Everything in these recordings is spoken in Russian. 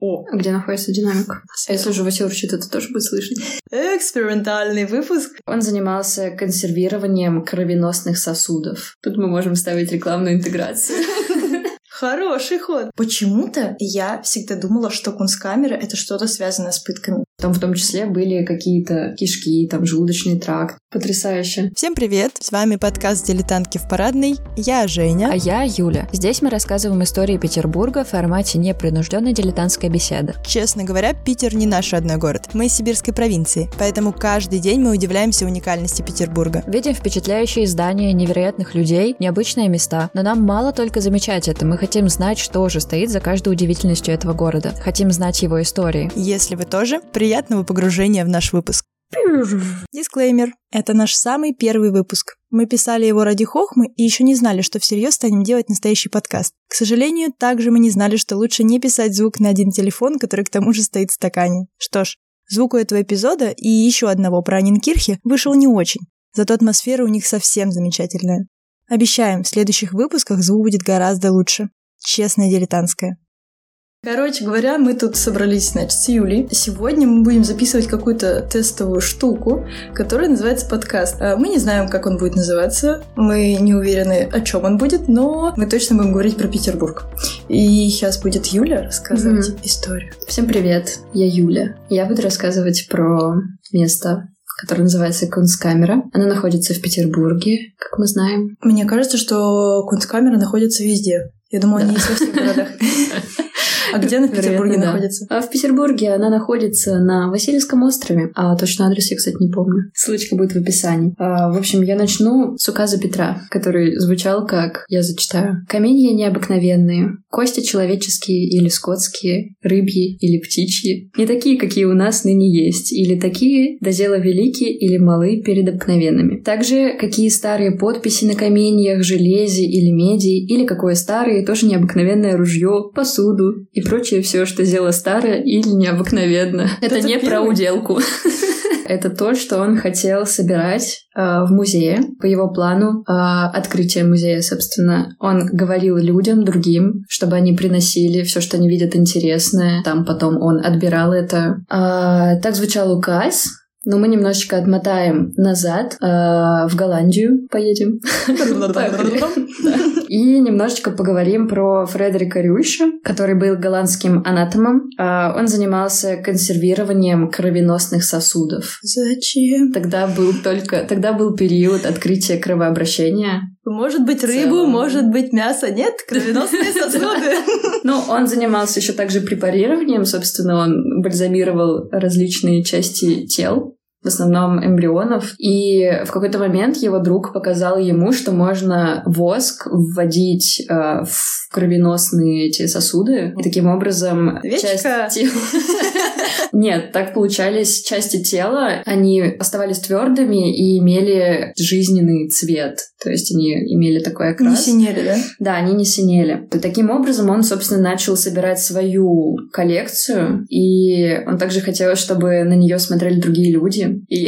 О, где находится динамик. А если животер учит, это тоже будет слышно. Экспериментальный выпуск. Он занимался консервированием кровеносных сосудов. Тут мы можем ставить рекламную интеграцию. Хороший ход. Почему-то я всегда думала, что кунсткамера — это что-то связанное с пытками. Там в том числе были какие-то кишки, там желудочный тракт. Потрясающе. Всем привет! С вами подкаст «Дилетантки в парадной». Я Женя. А я Юля. Здесь мы рассказываем истории Петербурга в формате непринужденной дилетантской беседы. Честно говоря, Питер не наш родной город. Мы из сибирской провинции, поэтому каждый день мы удивляемся уникальности Петербурга. Видим впечатляющие здания, невероятных людей, необычные места. Но нам мало только замечать это. Мы хотим знать, что же стоит за каждой удивительностью этого города. Хотим знать его истории. Если вы тоже, приятного погружения в наш выпуск. Дисклеймер. Это наш самый первый выпуск. Мы писали его ради хохмы и еще не знали, что всерьез станем делать настоящий подкаст. К сожалению, также мы не знали, что лучше не писать звук на один телефон, который к тому же стоит в стакане. Что ж, звук у этого эпизода и еще одного про Анненкирхе вышел не очень. Зато атмосфера у них совсем замечательная. Обещаем, в следующих выпусках звук будет гораздо лучше. Честная дилетантская. Короче говоря, мы тут собрались, значит, с Юлей. Сегодня мы будем записывать какую-то тестовую штуку, которая называется подкаст. Мы не знаем, как он будет называться, мы не уверены, о чем он будет, но мы точно будем говорить про Петербург. И сейчас будет Юля рассказывать историю. Всем привет, я Юля. Я буду рассказывать про место, которое называется Кунсткамера. Она находится в Петербурге, как мы знаем. Мне кажется, что Кунсткамера находится везде. Я думаю, они есть во всех городах. А где она в Петербурге находится? В Петербурге она находится на Васильевском острове. Точно адрес я, кстати, не помню. Ссылочка будет в описании. В общем, я начну с указа Петра, который звучал как, я зачитаю: «Каменья необыкновенные, кости человеческие или скотские, рыбьи или птичьи, не такие, какие у нас ныне есть, или такие, да зело велики или малы перед обыкновенными. Также, какие старые подписи на каменьях, железе или меди, или какое старое, тоже необыкновенное ружье, посуду и прочее все, что дело старое или необыкновенно». Это не про уделку. Это то, что он хотел собирать в музее. По его плану открытия музея, собственно, он говорил людям, другим, чтобы они приносили все, что они видят интересное. Там потом он отбирал это. Так звучал указ. Но мы немножечко отмотаем назад, в Голландию поедем. И немножечко поговорим про Фредерика Рюйша, который был голландским анатомом. Он занимался консервированием кровеносных сосудов. Зачем? Тогда был период открытия кровообращения. Может быть, рыбу, может быть, мясо. Нет, кровеносные сосуды. Ну, он занимался еще также препарированием. Собственно, он бальзамировал различные части тел, в основном эмбрионов. И в какой-то момент его друг показал ему, что можно воск вводить в кровеносные эти сосуды. И таким образом часть тела... Нет, так получались части тела. Они оставались твердыми и имели жизненный цвет. То есть они имели такой окрас. Не синели, да? Да, они не синели. И таким образом он, собственно, начал собирать свою коллекцию. И он также хотел, чтобы на нее смотрели другие люди. И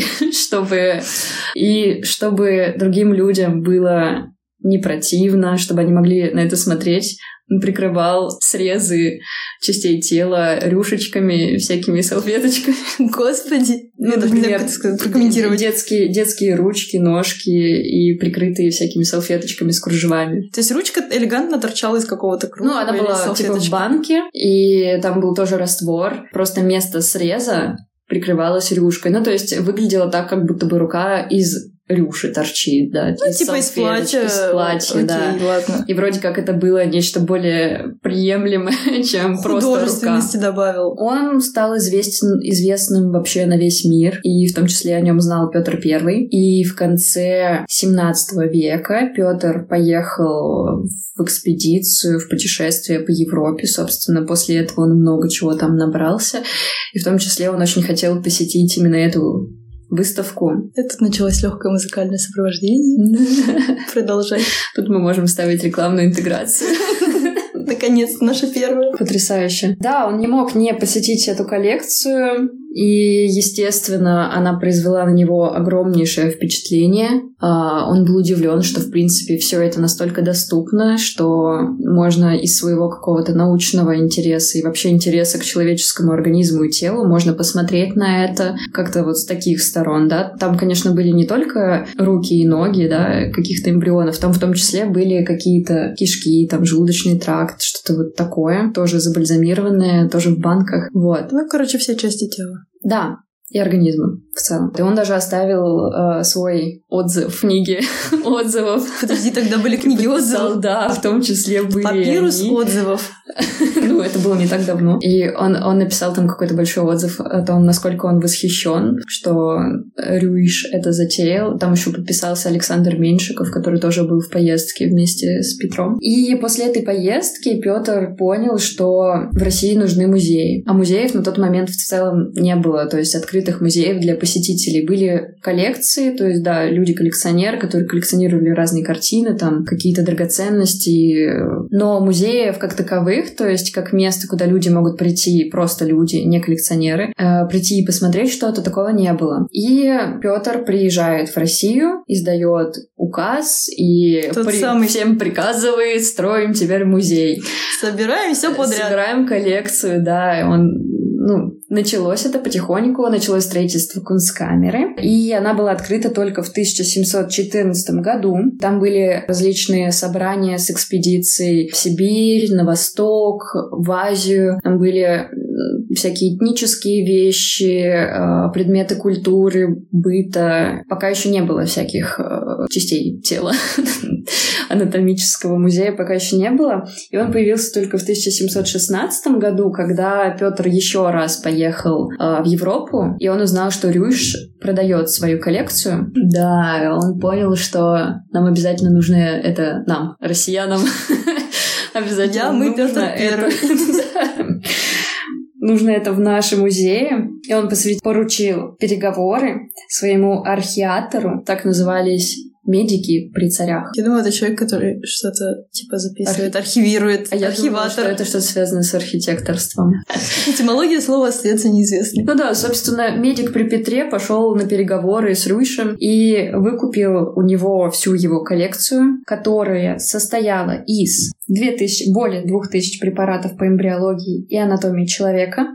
чтобы другим людям было не противно, чтобы они могли на это смотреть. Он прикрывал срезы частей тела рюшечками, всякими салфеточками. Господи! Ну, например, прокомментировать. Детские ручки, ножки и прикрытые всякими салфеточками с кружевами. То есть ручка элегантно торчала из какого-то круга? Ну, она была типа в банке, и там был тоже раствор. Просто место среза прикрывалось рюшкой. Ну, то есть выглядело так, как будто бы рука из рюши торчит, да. Ну, типа из платья. Окей, да. Ладно. И вроде как это было нечто более приемлемое, чем просто рука. Художественности добавил. Он стал известным вообще на весь мир, и в том числе о нем знал Петр I. И в конце 17 века Петр поехал в экспедицию, в путешествие по Европе. Собственно, после этого он много чего там набрался. И в том числе он очень хотел посетить именно эту выставку. Это началось легкое музыкальное сопровождение. Продолжай. Тут мы можем ставить рекламную интеграцию. Наконец-то наша первая. Потрясающе. Да, он не мог не посетить эту коллекцию, и, естественно, она произвела на него огромнейшее впечатление. Он был удивлен, что, в принципе, все это настолько доступно, что можно из своего какого-то научного интереса и вообще интереса к человеческому организму и телу можно посмотреть на это как-то вот с таких сторон, да. Там, конечно, были не только руки и ноги, да, каких-то эмбрионов, там в том числе были какие-то кишки, там желудочный тракт, что-то вот такое, тоже забальзамированное, тоже в банках, вот. Ну, короче, все части тела. Да, и организма в целом. И он даже оставил свой отзыв в книге отзывов. Подожди, тогда были книги отзывов? Да, в том числе были Папирус отзывов. Ну, это было не так давно. И он написал там какой-то большой отзыв о том, насколько он восхищен, что Рюйш это затеял. Там еще подписался Александр Меньшиков, который тоже был в поездке вместе с Петром. И после этой поездки Петр понял, что в России нужны музеи. А музеев на тот момент в целом не было. То есть открытых музеев для посетителей. Были коллекции, то есть, да, люди-коллекционеры, которые коллекционировали разные картины, там, какие-то драгоценности. Но музеев как таковых, то есть как место, куда люди могут прийти, просто люди, не коллекционеры, прийти и посмотреть что-то, такого не было. И Петр приезжает в Россию, издает указ и всем приказывает: строим теперь музей. Собираем все подряд. Собираем коллекцию, да. Началось это потихоньку, началось строительство Кунсткамеры, и она была открыта только в 1714 году. Там были различные собрания с экспедицией в Сибирь, на Восток, в Азию. Там были всякие этнические вещи, предметы культуры, быта. Пока еще не было всяких частей тела. Анатомического музея пока еще не было. И он появился только в 1716 году, когда Петр еще раз поехал в Европу, и он узнал, что Рюйш продает свою коллекцию. Да, он понял, что нам обязательно нужно это, нам, россиянам, обязательно нужно это. Нужно это в нашем музее. И он поручил переговоры своему архиатору, так назывались медики при царях. Я думаю, это человек, который что-то типа записывает, архивирует. А я думала, что это что-то связано с архитекторством. Этимология слова остается неизвестной. Ну да, собственно, медик при Петре пошел на переговоры с Рюйшем и выкупил у него всю его коллекцию, которая состояла из более 2000 препаратов по эмбриологии и анатомии человека,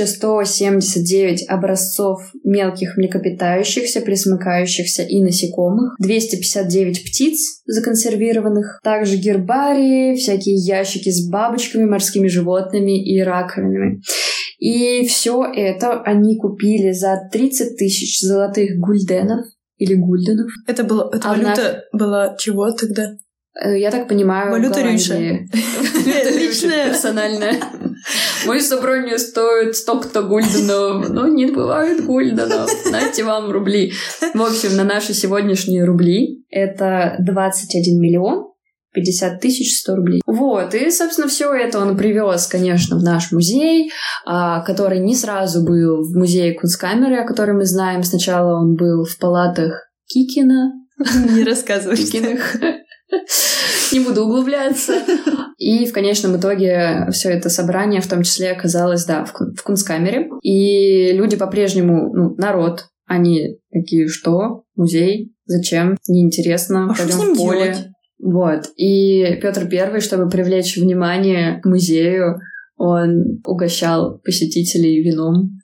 1179 образцов мелких млекопитающихся, пресмыкающихся и насекомых, 259 птиц законсервированных, также гербарии, всякие ящики с бабочками, морскими животными и раковинами. И все это они купили за 30 тысяч золотых гульденов или гульденов. Эта валюта была чего тогда? Я так понимаю, валюта Рюйша. Личная, персональная. Мои собрания стоят столько-то гульденов. Но не бывает гульденов. Знаете, вам рубли. В общем, на наши сегодняшние рубли это 21 миллион 50 тысяч 100 рублей. Вот, и, собственно, все это он привез, конечно, в наш музей, который не сразу был в музее Кунсткамеры, о котором мы знаем. Сначала он был в палатах Кикина. Не рассказывай. Кикиных. Не буду углубляться. И в конечном итоге все это собрание в том числе оказалось, да, в Кунсткамере. И люди по-прежнему, народ, они такие: что? Музей? Зачем? Неинтересно. Пойдем в поле. Делать? Вот. И Петр I, чтобы привлечь внимание к музею, он угощал посетителей вином.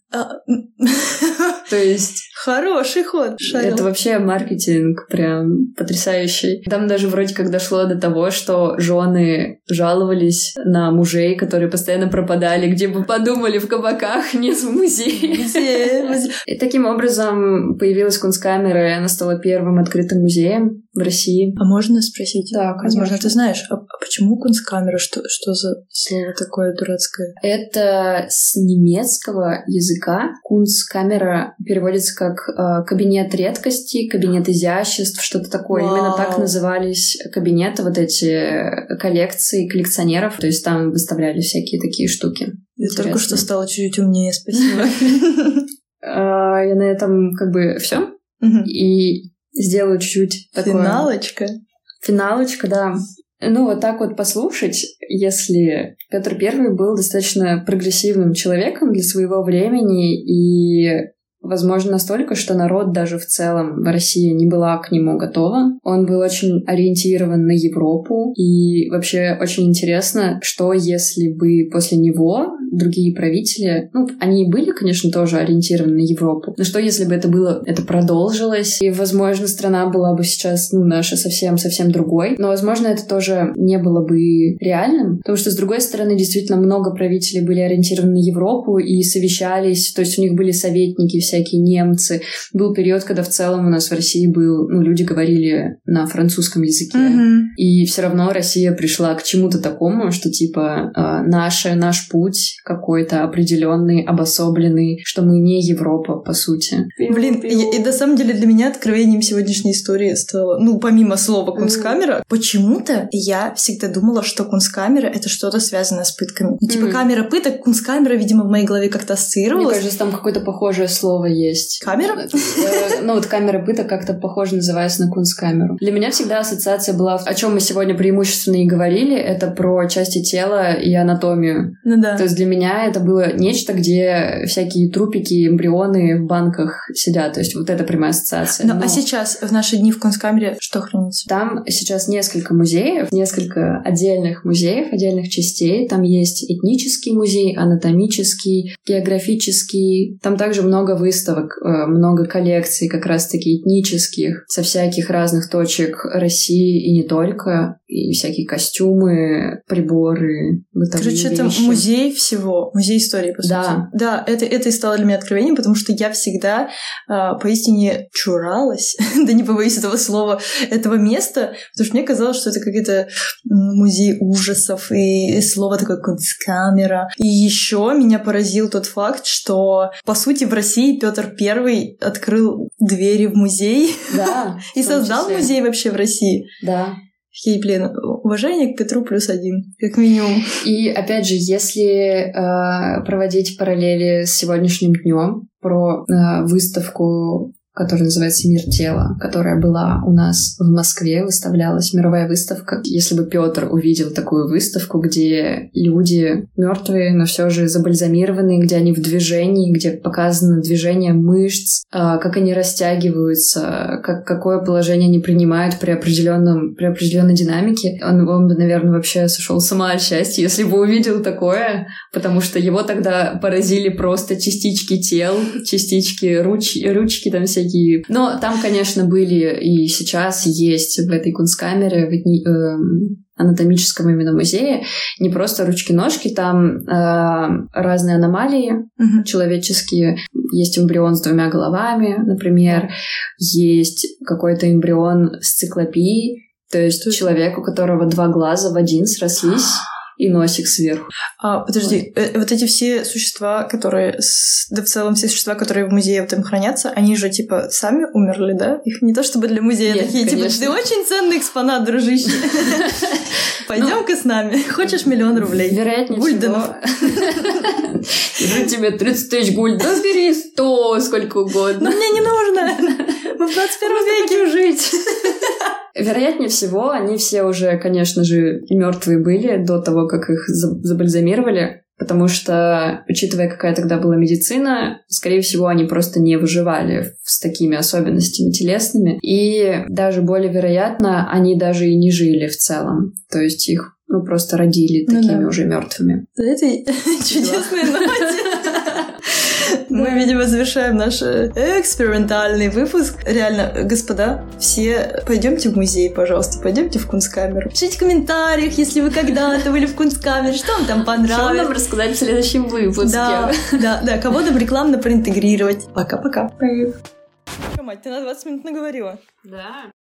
То есть... Хороший ход. Шарил. Это вообще маркетинг прям потрясающий. Там даже вроде как дошло до того, что жены жаловались на мужей, которые постоянно пропадали, где бы подумали, в кабаках, нет в музее. И таким образом появилась Кунсткамера, и она стала первым открытым музеем в России. А можно спросить? Да, конечно. Возможно, ты знаешь, а почему Кунсткамера? Что за слово такое дурацкое? Это с немецкого языка. Кунсткамера переводится как кабинет редкостей, кабинет изяществ, что-то такое. Вау. Именно так назывались кабинеты, вот эти коллекции коллекционеров. То есть там выставляли всякие такие штуки. Я только что стала чуть-чуть умнее, спасибо. Я на этом все. И сделаю чуть-чуть такое... Финалочка. Финалочка, да. Ну, вот так вот послушать, если Петр I был достаточно прогрессивным человеком для своего времени и, возможно, настолько, что народ даже в целом в России не была к нему готова. Он был очень ориентирован на Европу, и вообще очень интересно, что если бы после него другие правители, ну, они и были, конечно, тоже ориентированы на Европу, но что если бы это продолжилось, и, возможно, страна была бы сейчас, ну, наша совсем другой, но, возможно, это тоже не было бы реальным, потому что, с другой стороны, действительно много правителей были ориентированы на Европу и совещались, то есть у них были советники, всякие немцы. Был период, когда в целом у нас в России люди говорили на французском языке, и все равно Россия пришла к чему-то такому, что типа наш путь какой-то определенный, обособленный, что мы не Европа, по сути. Блин, и на самом деле для меня откровением сегодняшней истории стало, ну, помимо слова «кунсткамера», почему-то я всегда думала, что кунсткамера — это что-то связанное с пытками. Ну, типа камера пыток, кунсткамера, видимо, в моей голове как-то ассоциировалась. Мне кажется, там какое-то похожее слово есть. Камера? Ну, вот камера пыток как-то похоже называется на кунсткамеру. Для меня всегда ассоциация была, о чем мы сегодня преимущественно и говорили, это про части тела и анатомию. Ну да. То есть для меня это было нечто, где всякие трупики, эмбрионы в банках сидят. То есть вот это прямая ассоциация. Но... А сейчас, в наши дни в кунсткамере, что хранится? Там сейчас несколько музеев, несколько отдельных музеев, отдельных частей. Там есть этнический музей, анатомический, географический. Там также много выставок, много коллекций как раз-таки этнических, со всяких разных точек России и не только. И всякие костюмы, приборы, бытовые вещи. Короче, это музей всего, музей истории, по сути. Да, это и стало для меня откровением, потому что я всегда поистине чуралась, да не побоюсь этого слова, этого места, потому что мне казалось, что это какой-то музей ужасов, и слово такое «кунсткамера». И еще меня поразил тот факт, что, по сути, в России Петр I открыл двери в музей, да, и создал музей вообще в России. Да. Хей, блин, уважение к Петру +1, как минимум. И, опять же, если проводить параллели с сегодняшним днем про выставку, которая называется «Мир тела», которая была у нас в Москве, выставлялась мировая выставка. Если бы Петр увидел такую выставку, где люди мертвые, но все же забальзамированные, где они в движении, где показано движение мышц, как они растягиваются, какое положение они принимают при определенной динамике, он бы, наверное, вообще сошел с ума от счастья, если бы увидел такое, потому что его тогда поразили просто частички тел, частички ручки там всякие. Но там, конечно, были и сейчас есть в этой кунсткамере, в анатомическом именно музее, не просто ручки-ножки, там разные аномалии человеческие. Есть эмбрион с 2 головами, например. Есть какой-то эмбрион с циклопией, то есть человек, у которого 2 глаза в один срослись, и носик сверху. Подожди, вот эти все существа, которые... Да в целом все существа, которые в музее там хранятся, они же, типа, сами умерли, да? Их не то чтобы для музея. Нет, такие, конечно. типа, ты очень ценный экспонат, дружище. Пойдем-ка с нами. Хочешь 1 000 000 рублей? Вероятнее Гульденов. всего. Тебе 30 тысяч гульден. Да бери 100, сколько угодно. Но мне не нужно. Мы в 21 веке. Хочу жить. Вероятнее всего, они все уже, конечно же, мертвые были до того, как их забальзамировали, потому что, учитывая, какая тогда была медицина, скорее всего, они просто не выживали с такими особенностями телесными. И даже более вероятно, они даже и не жили в целом. То есть их просто родили такими уже мертвыми. На этой чудесной ноте мы, видимо, завершаем наш экспериментальный выпуск. Реально, господа, все пойдемте в музей, пожалуйста, пойдемте в кунсткамеру. Пишите в комментариях, если вы когда-то были в кунсткамере, что вам там понравилось. Что нам рассказать в следующем выпуске. Да, кого нам рекламно проинтегрировать. Пока-пока. Мать, ты на 20 минут наговорила. Да.